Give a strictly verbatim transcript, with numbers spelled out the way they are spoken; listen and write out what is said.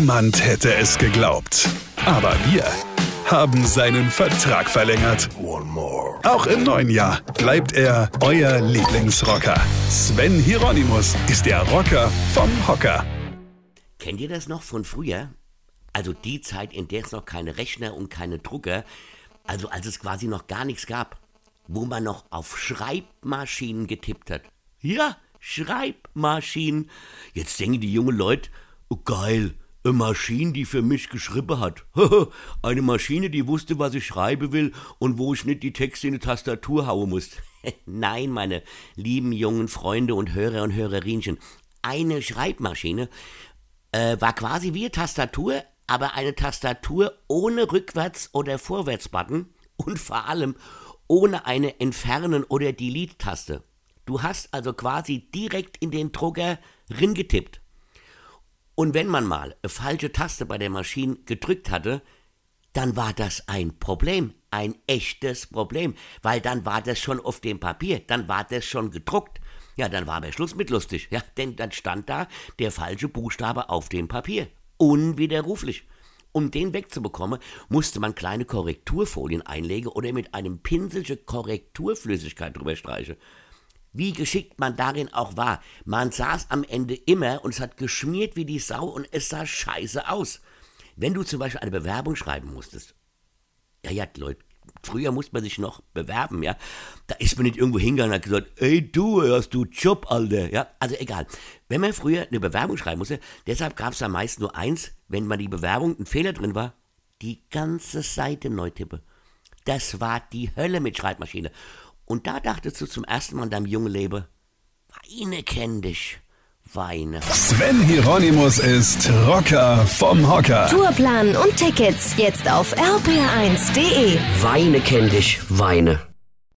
Niemand hätte es geglaubt. Aber wir haben seinen Vertrag verlängert. Auch im neuen Jahr bleibt er euer Lieblingsrocker. Sven Hieronymus ist der Rocker vom Hocker. Kennt ihr das noch von früher? Also die Zeit, in der es noch keine Rechner und keine Drucker, also als es quasi noch gar nichts gab, wo man noch auf Schreibmaschinen getippt hat. Ja, Schreibmaschinen. Jetzt denken die jungen Leute, oh geil, eine Maschine, die für mich geschrieben hat. Eine Maschine, die wusste, was ich schreiben will und wo ich nicht die Texte in die Tastatur hauen muss. Nein, meine lieben jungen Freunde und Hörer und Hörerinchen, eine Schreibmaschine äh, war quasi wie eine Tastatur, aber eine Tastatur ohne Rückwärts- oder Vorwärtsbutton und vor allem ohne eine Entfernen- oder Delete-Taste. Du hast also quasi direkt in den Drucker reingetippt. Und wenn man mal eine falsche Taste bei der Maschine gedrückt hatte, dann war das ein Problem, ein echtes Problem, weil dann war das schon auf dem Papier, dann war das schon gedruckt. Ja, dann war aber Schluss mit lustig, ja, denn dann stand da der falsche Buchstabe auf dem Papier. Unwiderruflich. Um den wegzubekommen, musste man kleine Korrekturfolien einlegen oder mit einem Pinselchen Korrekturflüssigkeit drüber streichen. Wie geschickt man darin auch war, man saß am Ende immer und es hat geschmiert wie die Sau und es sah scheiße aus. Wenn du zum Beispiel eine Bewerbung schreiben musstest, ja, ja, Leute, früher musste man sich noch bewerben, ja, da ist man nicht irgendwo hingegangen und hat gesagt, ey du, hast du Job, Alter, ja, also egal. Wenn man früher eine Bewerbung schreiben musste, deshalb gab es da meist nur eins, wenn man die Bewerbung, ein Fehler drin war, die ganze Seite neu tippe. Das war die Hölle mit Schreibmaschine. Und da dachtest du zum ersten Mal in deinem jungen Leben, Weine kenn dich, Weine. Sven Hieronymus ist Rocker vom Hocker. Tourplan und Tickets jetzt auf r p r eins punkt d e. Weine kenn dich, Weine.